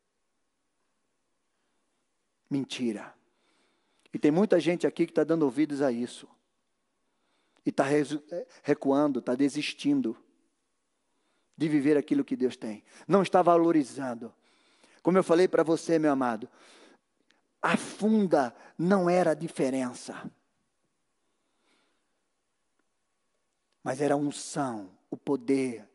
Mentira. E tem muita gente aqui que está dando ouvidos a isso. E está recuando, está desistindo de viver aquilo que Deus tem. Não está valorizando. Como eu falei para você, meu amado, a funda não era a diferença. Mas era a unção, o poder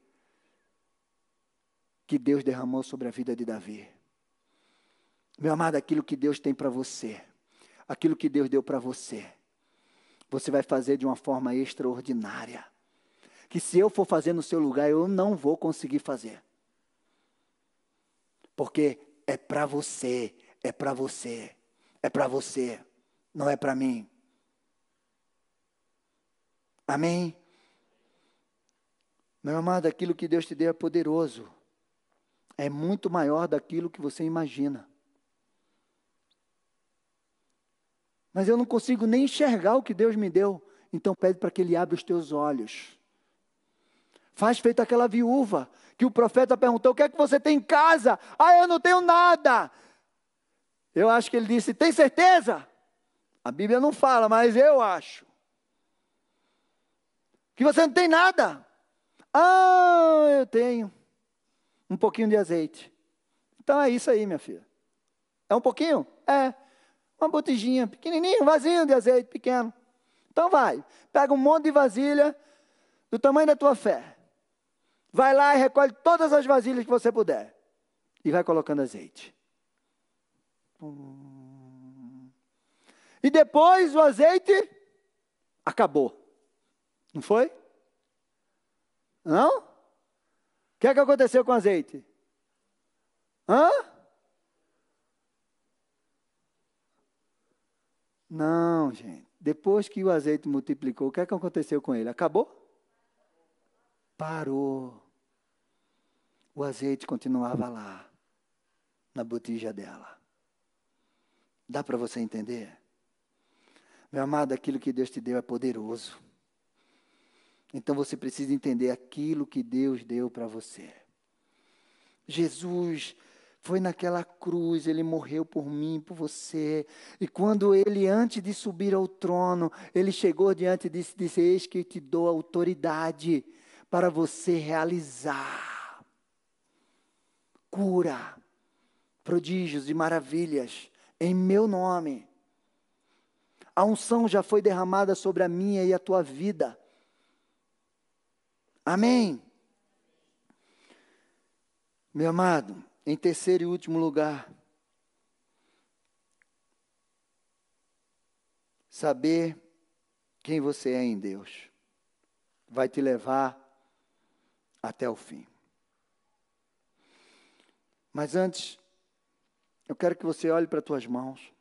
que Deus derramou sobre a vida de Davi. Meu amado, aquilo que Deus tem para você, aquilo que Deus deu para você, você vai fazer de uma forma extraordinária. Que se eu for fazer no seu lugar, eu não vou conseguir fazer. Porque é para você, é para você, é para você, não é para mim. Amém? Meu amado, aquilo que Deus te deu é poderoso. É muito maior daquilo que você imagina. Mas eu não consigo nem enxergar o que Deus me deu. Então pede para que Ele abra os teus olhos. Faz feito aquela viúva, que o profeta perguntou: o que é que você tem em casa? Ah, eu não tenho nada. Eu acho que ele disse: tem certeza? A Bíblia não fala, mas eu acho. Que você não tem nada. Ah, eu tenho um pouquinho de azeite. Então é isso aí, minha filha. É um pouquinho? É. Uma botijinha pequenininha, um vasinho de azeite pequeno. Então vai, pega um monte de vasilha do tamanho da tua fé. Vai lá e recolhe todas as vasilhas que você puder. E vai colocando azeite. E depois o azeite acabou. Não foi? Não? O que é que aconteceu com o azeite? Hã? Não, gente. Depois que o azeite multiplicou, o que é que aconteceu com ele? Acabou? Parou. O azeite continuava lá, na botija dela. Dá para você entender? Meu amado, aquilo que Deus te deu é poderoso. Então você precisa entender aquilo que Deus deu para você. Jesus foi naquela cruz, Ele morreu por mim, por você. E quando Ele, antes de subir ao trono, Ele chegou diante disso e disse: eis que eu te dou autoridade para você realizar cura, prodígios e maravilhas em meu nome. A unção já foi derramada sobre a minha e a tua vida. Amém? Meu amado, em terceiro e último lugar, saber quem você é em Deus vai te levar até o fim. Mas antes, eu quero que você olhe para as tuas mãos.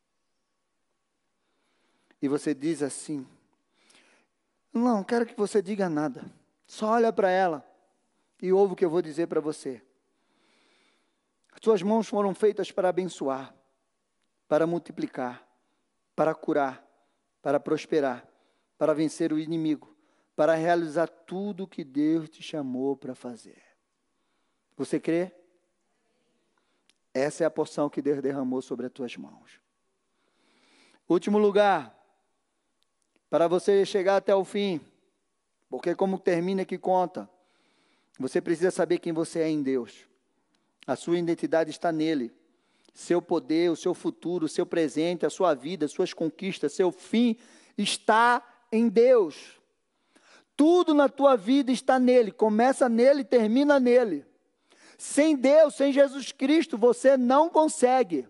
E você diz assim: não quero que você diga nada. Só olha para ela e ouve o que eu vou dizer para você. As tuas mãos foram feitas para abençoar, para multiplicar, para curar, para prosperar, para vencer o inimigo, para realizar tudo o que Deus te chamou para fazer. Você crê? Essa é a porção que Deus derramou sobre as tuas mãos. Último lugar, para você chegar até o fim, porque como termina que conta, você precisa saber quem você é em Deus. A sua identidade está nele. Seu poder, o seu futuro, o seu presente, a sua vida, as suas conquistas, seu fim está em Deus. Tudo na tua vida está nele, começa nele e termina nele. Sem Deus, sem Jesus Cristo, você não consegue.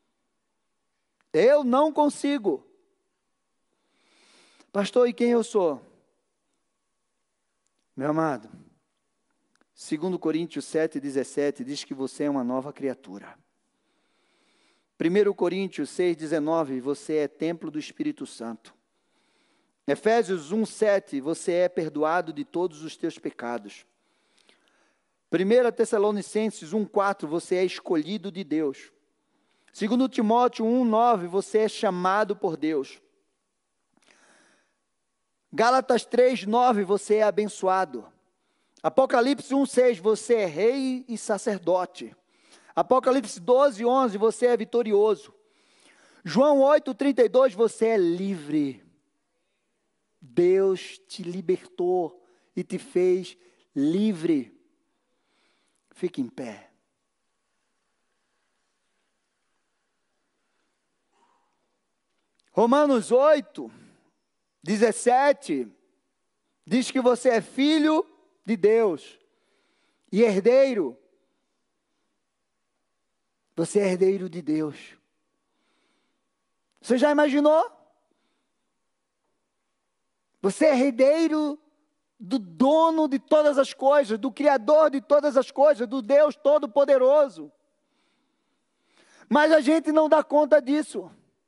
Eu não consigo. Pastor, e quem eu sou? Meu amado, 2 Coríntios 7,17 diz que você é uma nova criatura. 1 Coríntios 6,19, você é templo do Espírito Santo. Efésios 1,7, você é perdoado de todos os teus pecados. 1 Tessalonicenses 1,4, você é escolhido de Deus. 2 Timóteo 1,9, você é chamado por Deus. Gálatas 3,9, você é abençoado. Apocalipse 1,6, você é rei e sacerdote. Apocalipse 12,11, você é vitorioso. João 8,32, você é livre. Deus te libertou e te fez livre. Fique em pé. Romanos 8,17 diz que você é filho de Deus e herdeiro. Você é herdeiro de Deus. Você já imaginou? Você é herdeiro do dono de todas as coisas, do Criador de todas as coisas, do Deus Todo-Poderoso. Mas a gente não dá conta disso.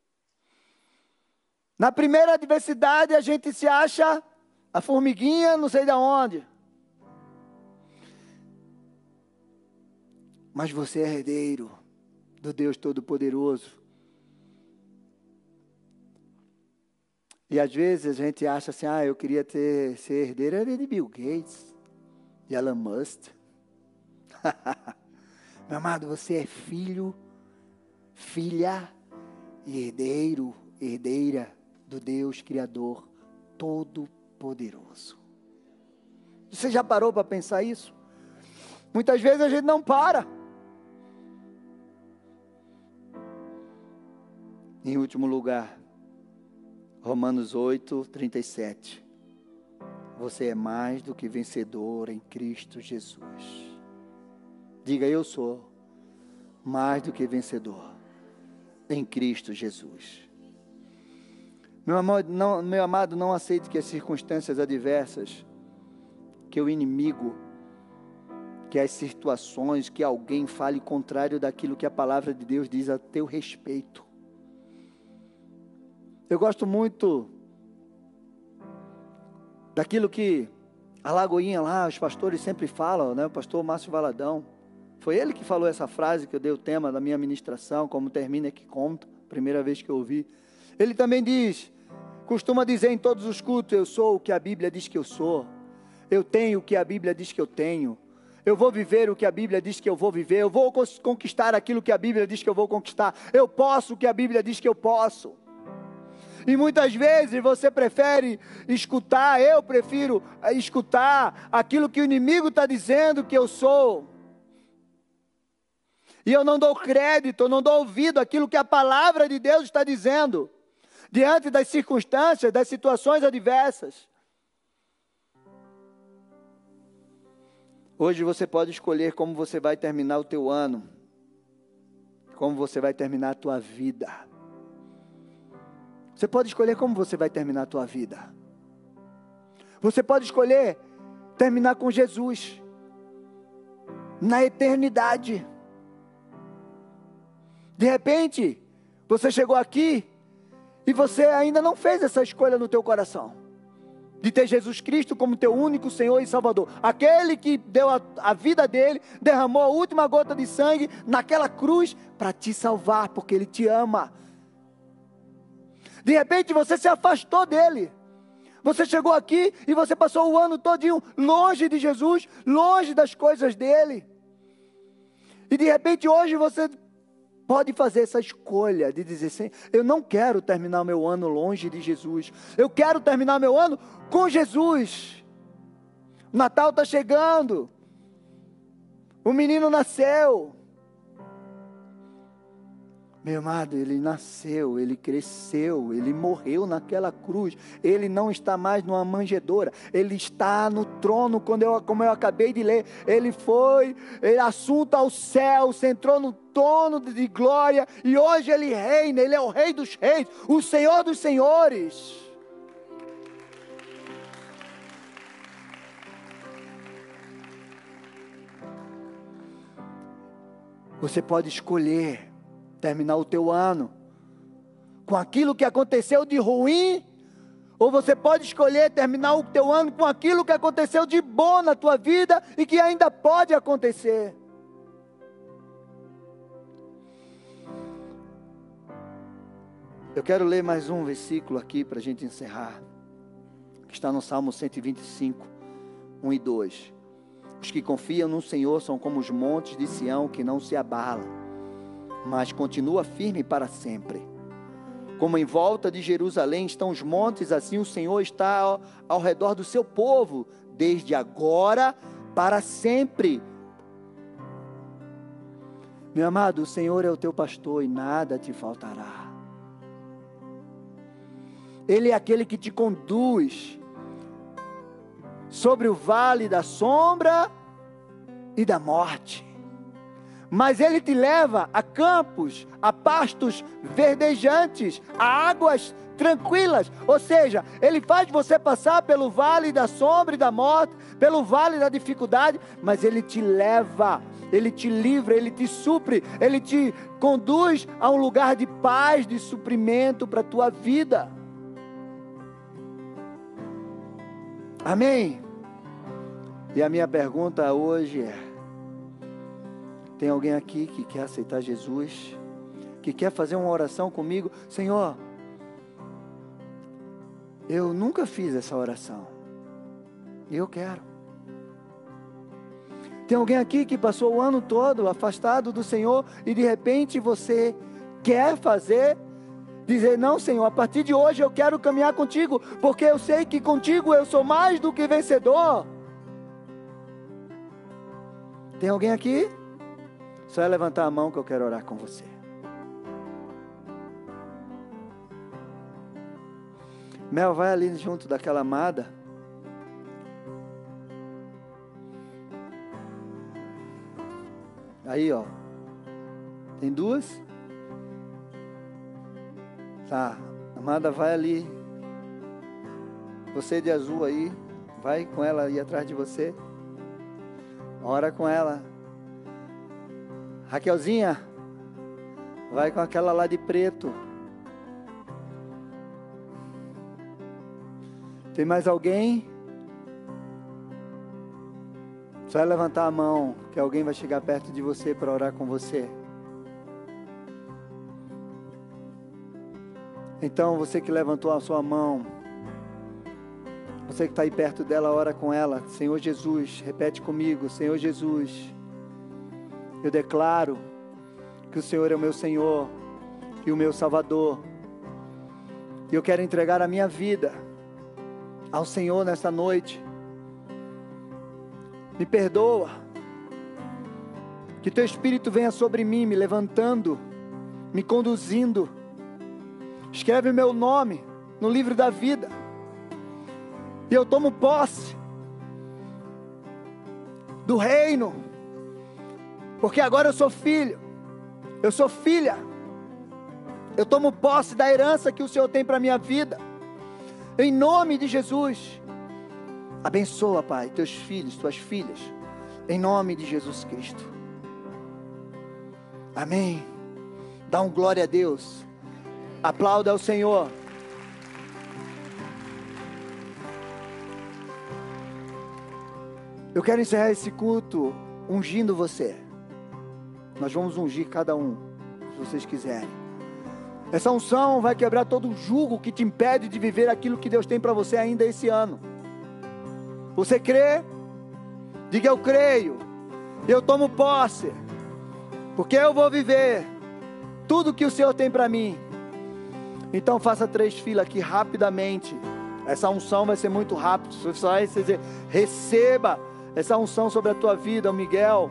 Na primeira adversidade a gente se acha a formiguinha não sei de onde. Mas você é herdeiro do Deus Todo-Poderoso. E às vezes a gente acha assim, eu queria ser herdeiro de Bill Gates, de Elon Musk. Meu amado, você é filho, filha e herdeira do Deus Criador Todo-Poderoso. Você já parou para pensar isso? Muitas vezes a gente não para. Em último lugar, Romanos 8,37. Você é mais do que vencedor em Cristo Jesus. Diga, eu sou mais do que vencedor em Cristo Jesus. Meu amado, não aceite que as circunstâncias adversas, que o inimigo, que as situações, que alguém fale contrário daquilo que a palavra de Deus diz a teu respeito. Eu gosto muito daquilo que a Lagoinha lá, os pastores sempre falam, né? O pastor Márcio Valadão. Foi ele que falou essa frase que eu dei o tema da minha ministração, como termina que conta, primeira vez que eu ouvi. Ele também costuma dizer em todos os cultos, eu sou o que a Bíblia diz que eu sou. Eu tenho o que a Bíblia diz que eu tenho. Eu vou viver o que a Bíblia diz que eu vou viver. Eu vou conquistar aquilo que a Bíblia diz que eu vou conquistar. Eu posso o que a Bíblia diz que eu posso. E muitas vezes você prefere escutar, eu prefiro escutar aquilo que o inimigo está dizendo que eu sou. E eu não dou crédito, eu não dou ouvido àquilo que a palavra de Deus está dizendo. diante das circunstâncias, das situações adversas. Hoje você pode escolher como você vai terminar o teu ano, como você vai terminar a tua vida. Você pode escolher como você vai terminar a tua vida. Você pode escolher terminar com Jesus, na eternidade. De repente, você chegou aqui e você ainda não fez essa escolha no teu coração, de ter Jesus Cristo como teu único Senhor e Salvador. Aquele que deu a vida dele, derramou a última gota de sangue naquela cruz para te salvar, porque Ele te ama. De repente você se afastou dele. Você chegou aqui e você passou o ano todinho longe de Jesus, longe das coisas dele. E de repente hoje você pode fazer essa escolha de dizer assim: eu não quero terminar meu ano longe de Jesus. Eu quero terminar meu ano com Jesus. O Natal está chegando. O menino nasceu. Meu amado, ele nasceu, ele cresceu, ele morreu naquela cruz. Ele não está mais numa manjedoura, ele está no trono, como eu acabei de ler. Ele assunto ao céu, se entrou no trono de glória, e hoje ele reina, ele é o Rei dos Reis, o Senhor dos Senhores. Você pode escolher terminar o teu ano com aquilo que aconteceu de ruim, ou você pode escolher terminar o teu ano com aquilo que aconteceu de bom na tua vida e que ainda pode acontecer. Eu quero ler mais um versículo aqui para a gente encerrar, que está no Salmo 125, 1 e 2. Os que confiam no Senhor são como os montes de Sião, que não se abalam, mas continua firme para sempre. Como em volta de Jerusalém estão os montes, assim o Senhor está ao redor do seu povo, desde agora para sempre. Meu amado, o Senhor é o teu pastor e nada te faltará. Ele é aquele que te conduz sobre o vale da sombra e da morte. Mas Ele te leva a campos, a pastos verdejantes, a águas tranquilas. Ou seja, Ele faz você passar pelo vale da sombra e da morte, pelo vale da dificuldade, mas Ele te leva, Ele te livra, Ele te supre, Ele te conduz a um lugar de paz, de suprimento para a tua vida. Amém? E a minha pergunta hoje é: tem alguém aqui que quer aceitar Jesus, que quer fazer uma oração comigo? Senhor, eu nunca fiz essa oração, e eu quero. Tem alguém aqui que passou o ano todo afastado do Senhor, e de repente você quer dizer: não, Senhor, a partir de hoje eu quero caminhar contigo, porque eu sei que contigo eu sou mais do que vencedor. Tem alguém aqui? Só é levantar a mão que eu quero orar com você. Mel, vai ali junto daquela amada. Aí, ó. Tem duas? Tá. Amada, vai ali. Você de azul aí. Vai com ela aí atrás de você. Ora com ela. Raquelzinha, vai com aquela lá de preto. Tem mais alguém? Só é levantar a mão, que alguém vai chegar perto de você para orar com você. Então, você que levantou a sua mão, você que está aí perto dela, ora com ela. Senhor Jesus, repete comigo: Senhor Jesus, eu declaro que o Senhor é o meu Senhor e o meu Salvador. E eu quero entregar a minha vida ao Senhor nesta noite. Me perdoa. Que Teu Espírito venha sobre mim, me levantando, me conduzindo. Escreve meu nome no livro da vida. E eu tomo posse do reino. Porque agora eu sou filho. Eu sou filha. Eu tomo posse da herança que o Senhor tem para a minha vida. Em nome de Jesus. Abençoa, Pai, teus filhos, tuas filhas. Em nome de Jesus Cristo. Amém. Dá um glória a Deus. Aplauda ao Senhor. Eu quero encerrar esse culto ungindo você. Nós vamos ungir cada um, se vocês quiserem. Essa unção vai quebrar todo o jugo que te impede de viver aquilo que Deus tem para você ainda esse ano. Você crê? Diga: eu creio. Eu tomo posse. Porque eu vou viver tudo que o Senhor tem para mim. Então faça 3 filas aqui rapidamente. Essa unção vai ser muito rápido. Você só vai dizer: receba essa unção sobre a tua vida. O Miguel,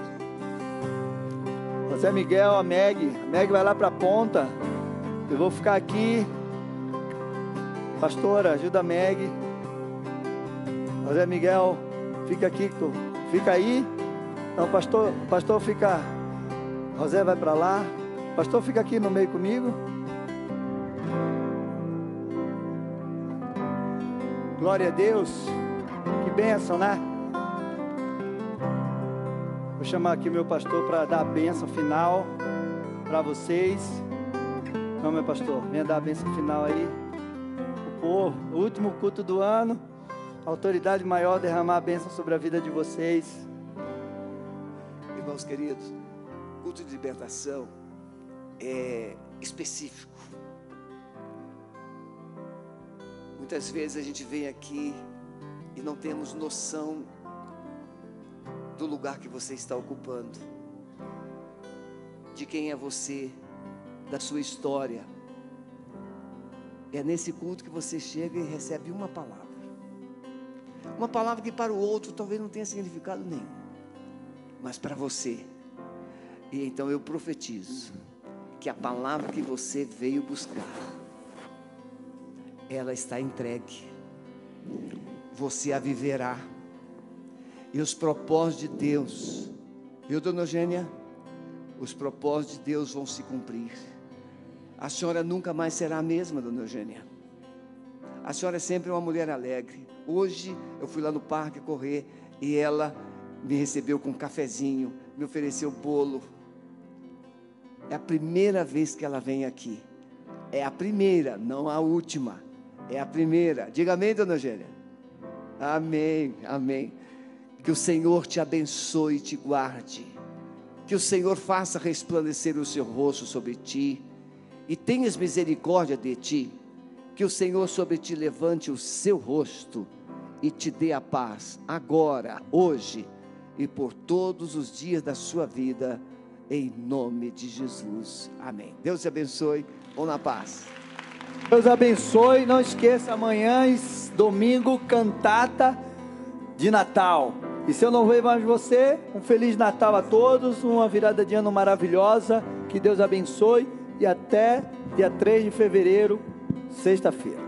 você é Miguel, a Meg vai lá para a ponta. Eu vou ficar aqui. Pastora, ajuda a Meg. José Miguel, fica aqui. Fica aí. Não, pastor fica. José vai para lá. Pastor fica aqui no meio comigo. Glória a Deus. Que bênção, né? Vou chamar aqui o meu pastor para dar a bênção final para vocês. Não, meu pastor, venha dar a bênção final aí. O último culto do ano. A autoridade maior derramar a bênção sobre a vida de vocês. Irmãos queridos, culto de libertação é específico. Muitas vezes a gente vem aqui e não temos noção do lugar que você está ocupando, de quem é você, da sua história. É nesse culto que você chega e recebe uma palavra que para o outro talvez não tenha significado nenhum, mas para você. E então eu profetizo que a palavra que você veio buscar, ela está entregue. Você a viverá. E os propósitos de Deus, viu, dona Eugênia? Os propósitos de Deus vão se cumprir. A senhora nunca mais será a mesma, dona Eugênia. A senhora é sempre uma mulher alegre. Hoje eu fui lá no parque correr e ela me recebeu com um cafezinho, me ofereceu bolo. É a primeira vez que ela vem aqui. É a primeira, não a última. É a primeira. Diga amém, dona Eugênia. Amém, amém. Que o Senhor te abençoe e te guarde. Que o Senhor faça resplandecer o seu rosto sobre ti e tenhas misericórdia de ti. Que o Senhor sobre ti levante o seu rosto e te dê a paz, agora, hoje e por todos os dias da sua vida, em nome de Jesus. Amém. Deus te abençoe. Vão na paz. Deus abençoe. Não esqueça, amanhã, domingo, cantata de Natal. E se eu não ver mais você, um Feliz Natal a todos, uma virada de ano maravilhosa. Que Deus abençoe e até dia 3 de fevereiro, sexta-feira.